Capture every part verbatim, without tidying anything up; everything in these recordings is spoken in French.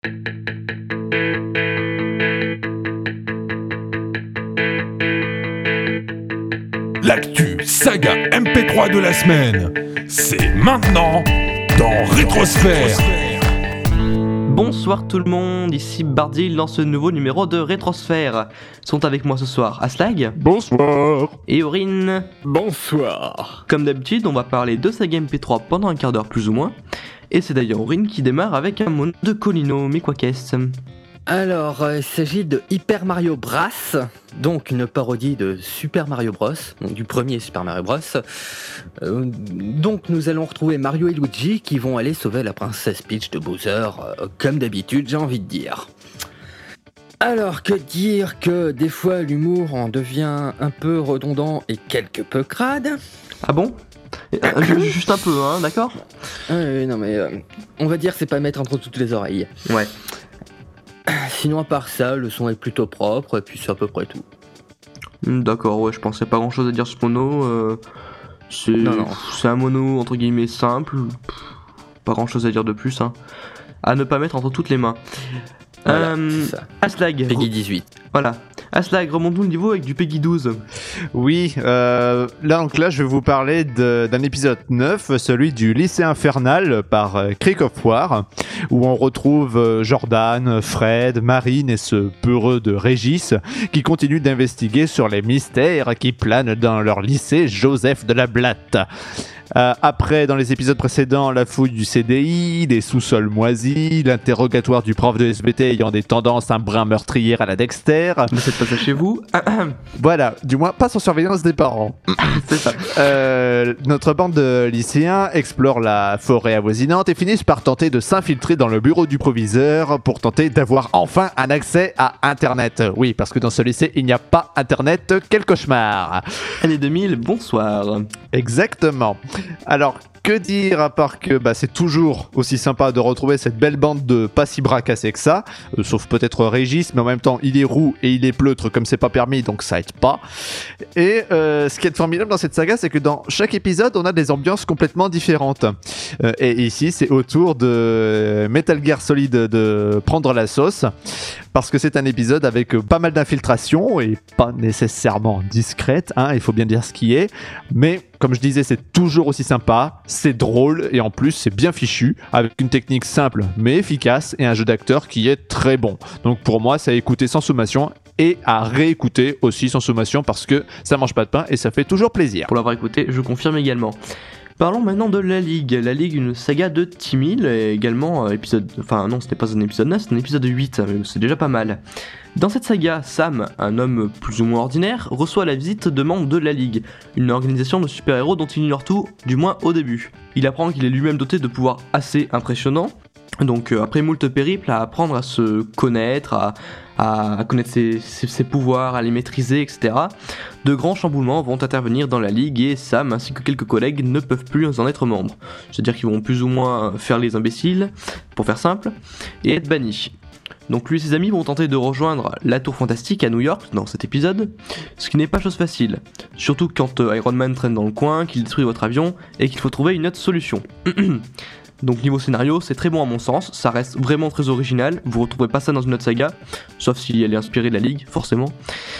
L'actu saga M P trois de la semaine, c'est maintenant dans Rétrosphère. Bonsoir tout le monde, ici Bardil dans ce nouveau numéro de Rétrosphère. Sont avec moi ce soir Aslag. Bonsoir. Et Aurine. Bonsoir. Comme d'habitude, on va parler de saga M P trois pendant un quart d'heure plus ou moins. Et c'est d'ailleurs Aurine qui démarre avec un mono de Colino, mais quoi qu'est-ce ? Alors, euh, il s'agit de Hyper Mario Bros, donc une parodie de Super Mario Bros, donc du premier Super Mario Bros. Euh, donc nous allons retrouver Mario et Luigi qui vont aller sauver la princesse Peach de Bowser, euh, comme d'habitude, j'ai envie de dire. Alors, que dire que des fois l'humour en devient un peu redondant et quelque peu crade. Ah bon ? euh, Juste un peu, hein, d'accord ? euh, Non mais, euh, on va dire c'est pas mettre entre toutes les oreilles. Ouais. Sinon, à part ça, le son est plutôt propre, et puis c'est à peu près tout. D'accord, ouais, je pensais pas grand chose à dire sur ce mono. Euh, c'est, non, non. c'est un mono entre guillemets simple. Pas grand chose à dire de plus, hein. À ne pas mettre entre toutes les mains. Voilà, euh, c'est ça. Aslag. Peggy dix-huit. Voilà. Aslag, remontons le niveau avec du Peggy douze. Oui, euh, là donc là je vais vous parler de, d'un épisode neuf, celui du lycée infernal par euh, Creek of War, où on retrouve euh, Jordan, Fred, Marine et ce peureux de Régis qui continuent d'investiguer sur les mystères qui planent dans leur lycée Joseph de la Blatte. Euh, après, dans les épisodes précédents, la fouille du C D I, des sous-sols moisis, l'interrogatoire du prof de S V T ayant des tendances un brin meurtrières à la Dexter. Ne faites pas ça chez vous. Voilà, du moins pas sans surveillance des parents. C'est ça. Euh, notre bande de lycéens explore la forêt avoisinante et finissent par tenter de s'infiltrer dans le bureau du proviseur pour tenter d'avoir enfin un accès à Internet. Oui, parce que dans ce lycée, il n'y a pas Internet, quel cauchemar. Année deux mille, bonsoir. Exactement. Alors, que dire à part que bah, c'est toujours aussi sympa de retrouver cette belle bande de pas si bras cassés que ça, euh, sauf peut-être Régis, mais en même temps il est roux et il est pleutre comme c'est pas permis, donc ça aide pas. Et euh, ce qui est formidable dans cette saga, c'est que dans chaque épisode on a des ambiances complètement différentes. Euh, et ici c'est au tour de Metal Gear Solid de prendre la sauce, parce que c'est un épisode avec pas mal d'infiltration et pas nécessairement discrète, hein, il faut bien dire ce qui est, mais comme je disais, c'est toujours aussi sympa, c'est drôle et en plus c'est bien fichu, avec une technique simple mais efficace et un jeu d'acteur qui est très bon. Donc pour moi, c'est à écouter sans sommation et à réécouter aussi sans sommation parce que ça mange pas de pain et ça fait toujours plaisir. Pour l'avoir écouté, je confirme également. Parlons maintenant de La Ligue. La Ligue, une saga de Timil, et également euh, épisode... Enfin non, c'était pas un épisode neuf, c'était un épisode huit, mais c'est déjà pas mal. Dans cette saga, Sam, un homme plus ou moins ordinaire, reçoit la visite de membres de La Ligue, une organisation de super-héros dont il ignore tout, du moins au début. Il apprend qu'il est lui-même doté de pouvoirs assez impressionnants, donc euh, après moult périples, à apprendre à se connaître, à, à connaître ses, ses, ses pouvoirs, à les maîtriser, et cetera, de grands chamboulements vont intervenir dans la Ligue et Sam ainsi que quelques collègues ne peuvent plus en être membres. C'est-à-dire qu'ils vont plus ou moins faire les imbéciles, pour faire simple, et être bannis. Donc lui et ses amis vont tenter de rejoindre la Tour Fantastique à New York dans cet épisode, ce qui n'est pas chose facile, surtout quand euh, Iron Man traîne dans le coin, qu'il détruit votre avion et qu'il faut trouver une autre solution. Donc niveau scénario, c'est très bon à mon sens, ça reste vraiment très original, vous retrouverez pas ça dans une autre saga, sauf si elle est inspirée de la Ligue, forcément.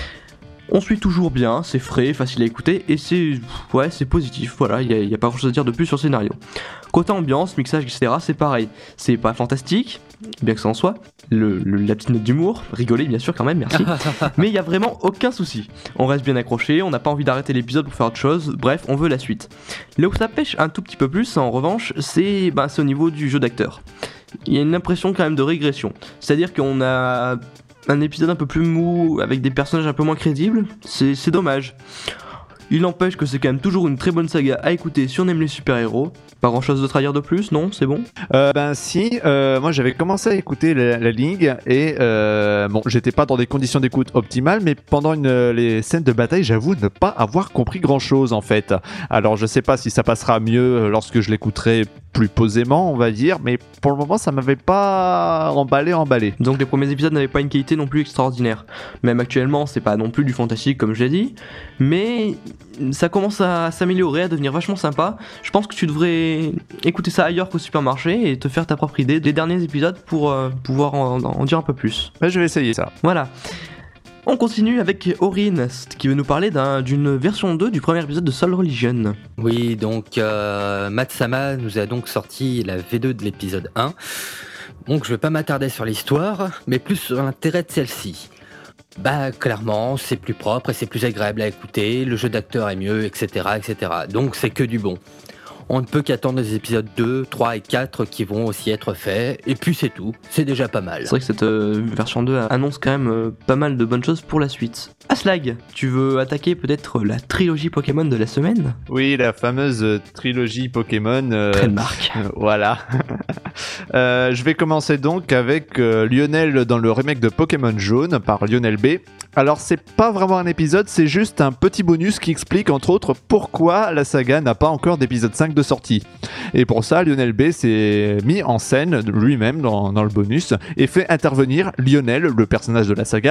On suit toujours bien, c'est frais, facile à écouter, et c'est... ouais, c'est positif, voilà, il n'y a, a pas grand chose à dire de plus sur le scénario. Côté ambiance, mixage, et cetera, c'est pareil. C'est pas fantastique, bien que ça en soit, le, le, la petite note d'humour, rigoler bien sûr quand même, merci, mais il n'y a vraiment aucun souci. On reste bien accroché, on n'a pas envie d'arrêter l'épisode pour faire autre chose, bref, on veut la suite. Là où ça pêche un tout petit peu plus, en revanche, c'est, bah, c'est au niveau du jeu d'acteur. Il y a une impression quand même de régression, c'est-à-dire qu'on a... un épisode un peu plus mou, avec des personnages un peu moins crédibles, c'est, c'est dommage. Il n'empêche que c'est quand même toujours une très bonne saga à écouter si on aime les super-héros. Pas grand chose d'autre à dire de plus, non? C'est bon? euh, Ben si, euh, moi j'avais commencé à écouter la, la Ligue et euh, bon, j'étais pas dans des conditions d'écoute optimales, mais pendant une, les scènes de bataille, j'avoue ne pas avoir compris grand chose en fait. Alors je sais pas si ça passera mieux lorsque je l'écouterai plus posément, on va dire, mais pour le moment, ça m'avait pas emballé, emballé. Donc les premiers épisodes n'avaient pas une qualité non plus extraordinaire. Même actuellement, c'est pas non plus du fantastique comme je l'ai dit, mais ça commence à s'améliorer, à devenir vachement sympa. Je pense que tu devrais écouter ça ailleurs qu'au supermarché et te faire ta propre idée des derniers épisodes pour euh, pouvoir en, en dire un peu plus. Ouais, je vais essayer ça. Voilà. On continue avec Aurine, qui veut nous parler d'un, d'une version deux du premier épisode de Soul Religion. Oui, donc euh, Matsama nous a donc sorti la V deux de l'épisode un. Donc je vais pas m'attarder sur l'histoire, mais plus sur l'intérêt de celle-ci. Bah clairement, c'est plus propre et c'est plus agréable à écouter, le jeu d'acteur est mieux, et cetera, et cetera. Donc c'est que du bon. On ne peut qu'attendre les épisodes deux, trois et quatre qui vont aussi être faits, et puis c'est tout, c'est déjà pas mal. C'est vrai que cette euh, version deux annonce quand même euh, pas mal de bonnes choses pour la suite. Aslag, tu veux attaquer peut-être la trilogie Pokémon de la semaine ? Oui, la fameuse euh, trilogie Pokémon. Euh, Trademark. euh, voilà. euh, je vais commencer donc avec euh, Lionel dans le remake de Pokémon Jaune par Lionel B. Alors c'est pas vraiment un épisode, c'est juste un petit bonus qui explique entre autres pourquoi la saga n'a pas encore d'épisode cinq de sortie. Et pour ça, Lionel B s'est mis en scène lui-même dans, dans le bonus et fait intervenir Lionel, le personnage de la saga,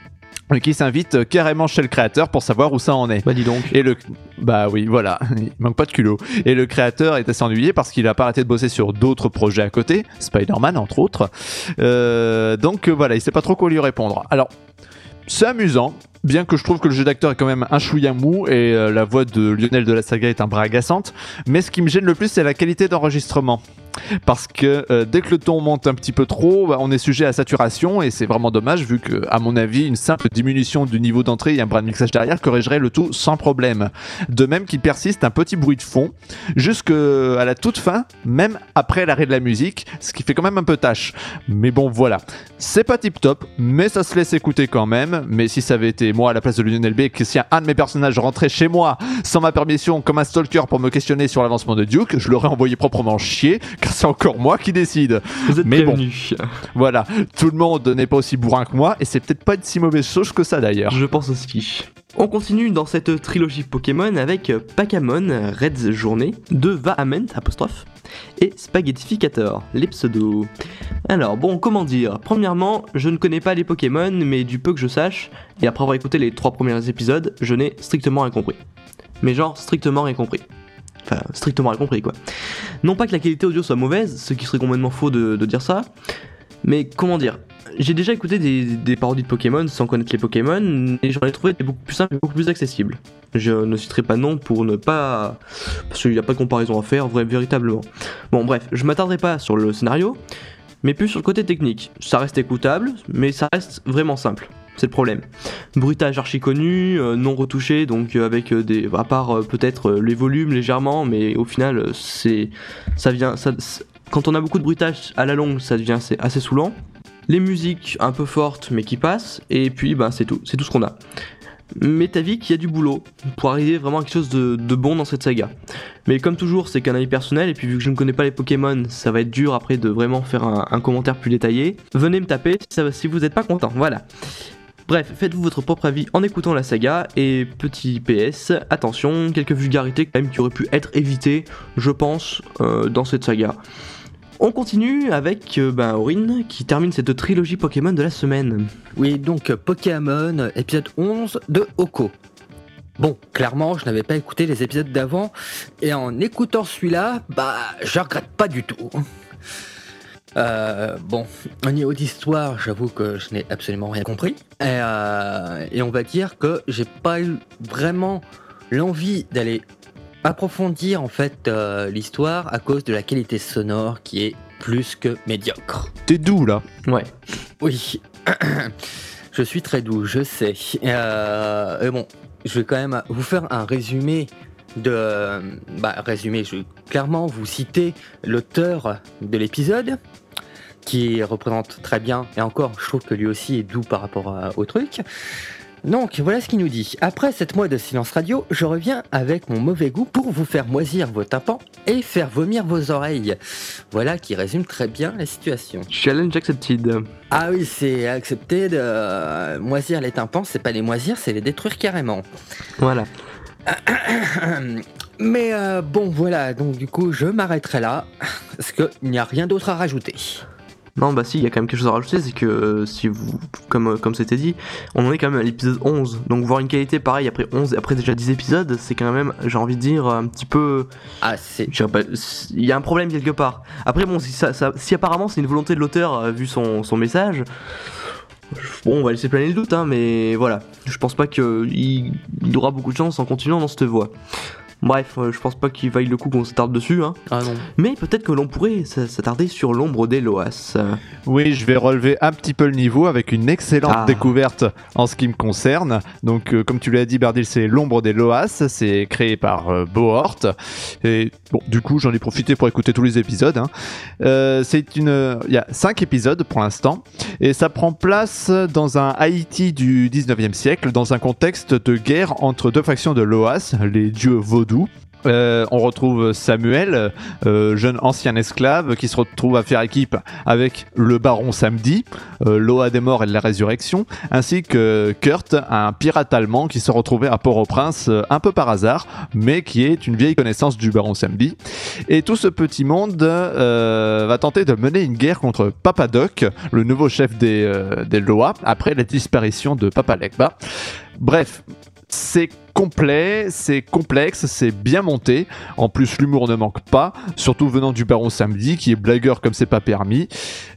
qui s'invite carrément chez le créateur pour savoir où ça en est. Bah dis donc. Et le... Bah oui, voilà, il manque pas de culot. Et le créateur est assez ennuyé parce qu'il a pas arrêté de bosser sur d'autres projets à côté, Spider-Man entre autres. Euh, donc voilà, il sait pas trop quoi lui répondre. Alors, c'est amusant, bien que je trouve que le jeu d'acteur est quand même un chouïa mou et euh, la voix de Lionel de la saga est un bras agaçante, mais ce qui me gêne le plus c'est la qualité d'enregistrement. Parce que euh, dès que le ton monte un petit peu trop, bah, on est sujet à saturation et c'est vraiment dommage vu que, à mon avis, une simple diminution du niveau d'entrée et un bras de mixage derrière corrigerait le tout sans problème. De même qu'il persiste un petit bruit de fond jusqu'à la toute fin, même après l'arrêt de la musique, ce qui fait quand même un peu tâche. Mais bon, voilà. C'est pas tip top, mais ça se laisse écouter quand même. Mais si ça avait été moi à la place de Lionel B, que si un de mes personnages rentrait chez moi sans ma permission comme un stalker pour me questionner sur l'avancement de Duke, je l'aurais envoyé proprement chier. Car c'est encore moi qui décide. Vous êtes Mais prévenus. Bon, voilà, tout le monde n'est pas aussi bourrin que moi et c'est peut-être pas une si mauvaise chose que ça d'ailleurs. Je pense aussi. On continue dans cette trilogie Pokémon avec Pakamon, Red's Journée, de Vahament, apostrophe, et Spaghettificator, les pseudos. Alors bon, comment dire ? Premièrement, je ne connais pas les Pokémon, mais du peu que je sache, et après avoir écouté les trois premiers épisodes, je n'ai strictement rien compris. Mais genre, strictement rien compris. Enfin, strictement rien compris, quoi. Non pas que la qualité audio soit mauvaise, ce qui serait complètement faux de, de dire ça, mais comment dire ? J'ai déjà écouté des, des parodies de Pokémon sans connaître les Pokémon, et j'en ai trouvé des beaucoup plus simples et beaucoup plus accessibles. Je ne citerai pas de nom pour ne pas... parce qu'il n'y a pas de comparaison à faire, vrai, véritablement. Bon bref, je m'attarderai pas sur le scénario, mais plus sur le côté technique. Ça reste écoutable, mais ça reste vraiment simple. C'est le problème. Bruitage archi connu, euh, non retouché, donc euh, avec euh, des, à part euh, peut-être euh, les volumes légèrement, mais au final euh, c'est, ça vient, ça, quand on a beaucoup de bruitage à la longue, ça devient c'est assez saoulant. Les musiques un peu fortes mais qui passent, et puis bah c'est tout, c'est tout ce qu'on a. Mais t'as vu qu'il y a du boulot pour arriver vraiment à quelque chose de, de bon dans cette saga. Mais comme toujours, c'est qu'un avis personnel, et puis vu que je ne connais pas les Pokémon, ça va être dur après de vraiment faire un, un commentaire plus détaillé. Venez me taper si, ça, si vous n'êtes pas content, voilà. Bref, faites-vous votre propre avis en écoutant la saga, et petit P S, attention, quelques vulgarités quand même qui auraient pu être évitées, je pense, euh, dans cette saga. On continue avec euh, ben, Aurine qui termine cette trilogie Pokémon de la semaine. Oui, donc Pokémon, épisode onze de Oko. Bon, clairement, je n'avais pas écouté les épisodes d'avant, et en écoutant celui-là, bah, je regrette pas du tout. Euh, bon, au niveau d'histoire, j'avoue que je n'ai absolument rien compris. Et, euh, et on va dire que j'ai pas eu vraiment l'envie d'aller approfondir en fait euh, l'histoire à cause de la qualité sonore qui est plus que médiocre. T'es doux là. Ouais. Oui, je suis très doux, je sais. Euh, et bon, je vais quand même vous faire un résumé de... Bah, résumé, je vais clairement vous citer l'auteur de l'épisode, qui représente très bien, et encore, je trouve que lui aussi est doux par rapport à, au truc. Donc, voilà ce qu'il nous dit. Après sept mois de silence radio, je reviens avec mon mauvais goût pour vous faire moisir vos tympans et faire vomir vos oreilles. Voilà qui résume très bien la situation. Challenge accepted. Ah oui, c'est accepté de euh, moisir les tympans, c'est pas les moisir, c'est les détruire carrément. Voilà. Mais euh, bon, voilà, donc du coup, je m'arrêterai là, parce qu'il n'y a rien d'autre à rajouter. Non, bah si, il y a quand même quelque chose à rajouter, c'est que euh, si vous, comme euh, comme c'était dit, on en est quand même à l'épisode onze, donc voir une qualité pareille après onze, après déjà dix épisodes, c'est quand même, j'ai envie de dire, un petit peu... Ah, c'est... je dirais pas, il y a un problème quelque part. Après bon, si, ça, ça, si apparemment c'est une volonté de l'auteur, euh, vu son, son message... Bon, on va laisser planer le doute, hein, mais voilà, je pense pas qu'il il aura beaucoup de chance en continuant dans cette voie. Bref, euh, je pense pas qu'il vaille le coup qu'on s'attarde dessus, hein. Ah non. Mais peut-être que l'on pourrait s'attarder sur l'ombre d'Eloas. Oui, je vais relever un petit peu le niveau avec une excellente Ah. découverte en ce qui me concerne. Donc, euh, comme tu l'as dit, Bardil, c'est l'ombre d'Eloas. C'est créé par euh, Bohort. Et bon, du coup, j'en ai profité pour écouter tous les épisodes. Hein. Euh, c'est une, il y a cinq épisodes pour l'instant, et ça prend place dans un Haïti du dix-neuvième siècle, dans un contexte de guerre entre deux factions de Loas, les dieux vaudous. Euh, on retrouve Samuel, euh, jeune ancien esclave, qui se retrouve à faire équipe avec le baron Samedi, euh, Loa des morts et de la résurrection, ainsi que Kurt, un pirate allemand qui se retrouvait à Port-au-Prince euh, un peu par hasard, mais qui est une vieille connaissance du baron Samedi. Et tout ce petit monde euh, va tenter de mener une guerre contre Papa Doc, le nouveau chef des, euh, des Loa, après la disparition de Papa Legba. Bref, c'est complet, c'est complexe, c'est bien monté. En plus, l'humour ne manque pas, surtout venant du baron Samedi, qui est blagueur comme c'est pas permis.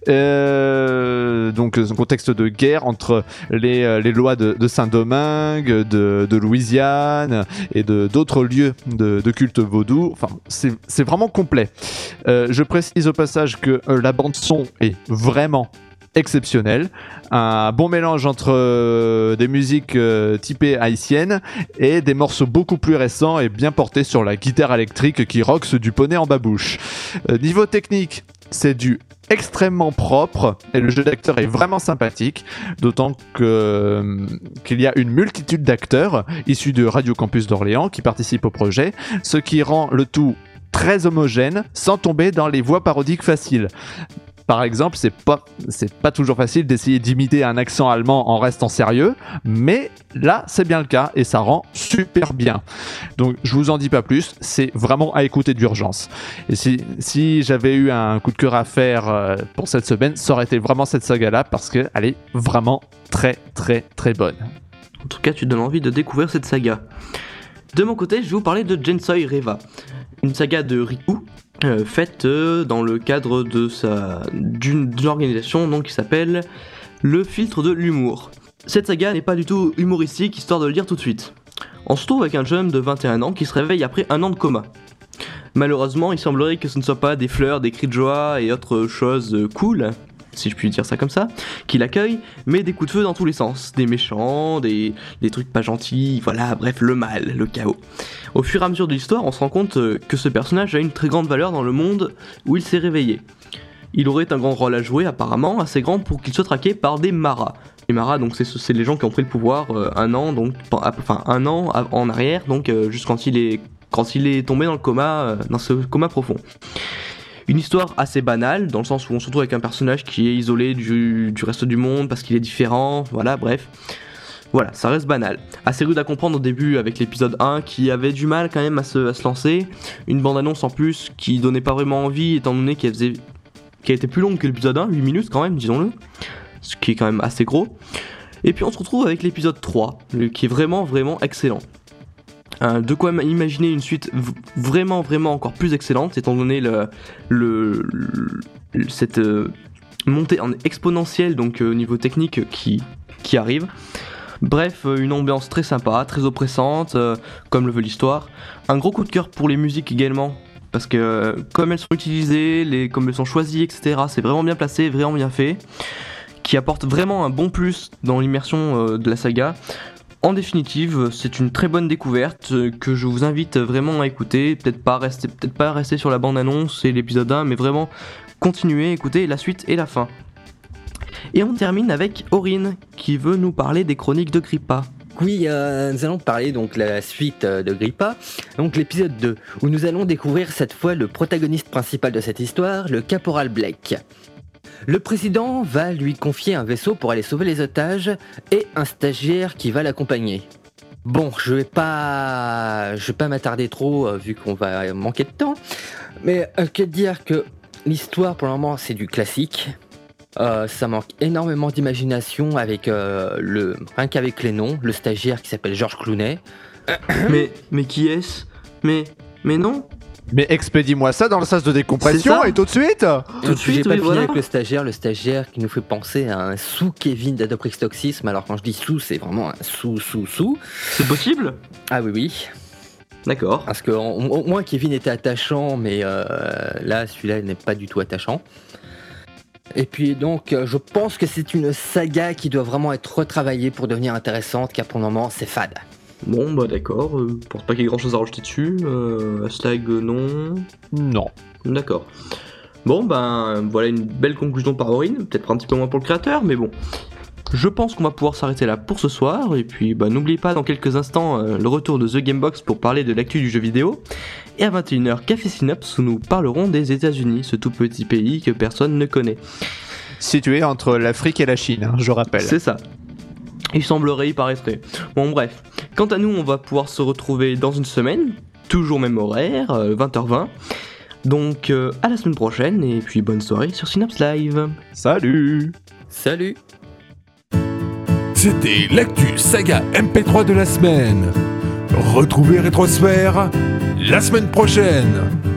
Euh, donc, un contexte de guerre entre les, les lois de, de Saint-Domingue, de, de Louisiane et de, d'autres lieux de, de culte vaudou. Enfin, c'est, c'est vraiment complet. Euh, je précise au passage que euh, la bande-son est vraiment exceptionnel, un bon mélange entre euh, des musiques euh, typées haïtiennes et des morceaux beaucoup plus récents et bien portés sur la guitare électrique qui roxe du poney en babouche. Euh, niveau technique, c'est du extrêmement propre et le jeu d'acteur est vraiment sympathique, d'autant que, euh, qu'il y a une multitude d'acteurs issus de Radio Campus d'Orléans qui participent au projet, ce qui rend le tout très homogène sans tomber dans les voix parodiques faciles. Par exemple, c'est pas, c'est pas toujours facile d'essayer d'imiter un accent allemand en restant sérieux, mais là, c'est bien le cas et ça rend super bien. Donc, je vous en dis pas plus, c'est vraiment à écouter d'urgence. Et si, si j'avais eu un coup de cœur à faire euh, pour cette semaine, ça aurait été vraiment cette saga-là parce qu'elle est vraiment très, très, très bonne. En tout cas, tu donnes envie de découvrir cette saga. De mon côté, je vais vous parler de Gensai Reva, une saga de Riku, Euh, faite euh, dans le cadre de sa, d'une, d'une organisation donc, qui s'appelle le filtre de l'humour. Cette saga n'est pas du tout humoristique, histoire de le dire tout de suite. On se trouve avec un jeune de vingt et un ans qui se réveille après un an de coma. Malheureusement, il semblerait que ce ne soit pas des fleurs, des cris de joie et autres choses euh, cool, si je puis dire ça comme ça, qui l'accueillent, mais des coups de feu dans tous les sens, des méchants, des, des trucs pas gentils, voilà, bref, le mal, le chaos. Au fur et à mesure de l'histoire, on se rend compte que ce personnage a une très grande valeur dans le monde où il s'est réveillé. Il aurait un grand rôle à jouer, apparemment, assez grand pour qu'il soit traqué par des maras. Les maras, donc c'est, c'est les gens qui ont pris le pouvoir euh, un an, donc, enfin un an en arrière, donc euh, juste quand il est, quand il est tombé dans le coma, euh, dans ce coma profond. Une histoire assez banale, dans le sens où on se retrouve avec un personnage qui est isolé du, du reste du monde parce qu'il est différent, voilà, bref. Voilà, ça reste banal. Assez rude à comprendre au début avec l'épisode un qui avait du mal quand même à se, à se lancer. Une bande-annonce en plus qui donnait pas vraiment envie étant donné qu'elle faisait, qu'elle était plus longue que l'épisode un, huit minutes quand même, disons-le. Ce qui est quand même assez gros. Et puis on se retrouve avec l'épisode trois, qui est vraiment vraiment excellent. Euh, de quoi imaginer une suite v- vraiment vraiment encore plus excellente étant donné le, le, le cette euh, montée en exponentielle donc euh, au niveau technique qui, qui arrive. Bref, euh, une ambiance très sympa, très oppressante, euh, comme le veut l'histoire. Un gros coup de cœur pour les musiques également, parce que euh, comme elles sont utilisées, les, comme elles sont choisies, et cetera, c'est vraiment bien placé, vraiment bien fait, qui apporte vraiment un bon plus dans l'immersion euh, de la saga. En définitive, c'est une très bonne découverte euh, que je vous invite vraiment à écouter. Peut-être pas rester, peut-être pas rester sur la bande-annonce et l'épisode un, mais vraiment continuer, écouter la suite et la fin. Et on termine avec Aurine, qui veut nous parler des chroniques de Grippa. Oui, euh, nous allons parler donc de la suite euh, de Grippa, donc l'épisode deux, où nous allons découvrir cette fois le protagoniste principal de cette histoire, le caporal Blake. Le président va lui confier un vaisseau pour aller sauver les otages et un stagiaire qui va l'accompagner. Bon, je vais pas, je vais pas m'attarder trop euh, vu qu'on va manquer de temps. Mais euh, que dire que l'histoire pour le moment c'est du classique. Euh, ça manque énormément d'imagination avec euh, le rien qu'avec les noms, le stagiaire qui s'appelle Georges Clooney. Mais, mais qui est-ce Mais, mais non. Mais expédie-moi ça dans le sas de C'est décompression ça. et tout de suite. Tout de J'ai suite, pas oui, fini voilà. avec le stagiaire, le stagiaire qui nous fait penser à un sous-Kevin d'Adoprix-Toxisme. Alors quand je dis sous, c'est vraiment un sous-sous-sous. C'est possible? Ah oui oui. D'accord. Parce que au au moins Kevin était attachant, mais euh, là celui-là il n'est pas du tout attachant. Et puis donc euh, je pense que c'est une saga qui doit vraiment être retravaillée pour devenir intéressante, car pour le moment c'est fade. Bon, bah d'accord. Euh, je pense pas qu'il y ait grand chose à rajouter dessus. Euh, hashtag euh, non. Non. D'accord. Bon, ben voilà une belle conclusion par Aurine. Peut-être un petit peu moins pour le créateur, mais bon. Je pense qu'on va pouvoir s'arrêter là pour ce soir. Et puis, bah, n'oubliez pas dans quelques instants euh, le retour de The Gamebox pour parler de l'actu du jeu vidéo. Et à vingt et une heures, Café Synops où nous parlerons des États-Unis, ce tout petit pays que personne ne connaît. Situé entre l'Afrique et la Chine, hein, je rappelle. C'est ça. Il semblerait y paraîtrait. Bon, bref. Quant à nous, on va pouvoir se retrouver dans une semaine, toujours même horaire, euh, vingt heures vingt. Donc, euh, à la semaine prochaine, et puis bonne soirée sur Synops Live. Salut. Salut. C'était l'actu saga M P trois de la semaine. Retrouvez Rétrosphère la semaine prochaine.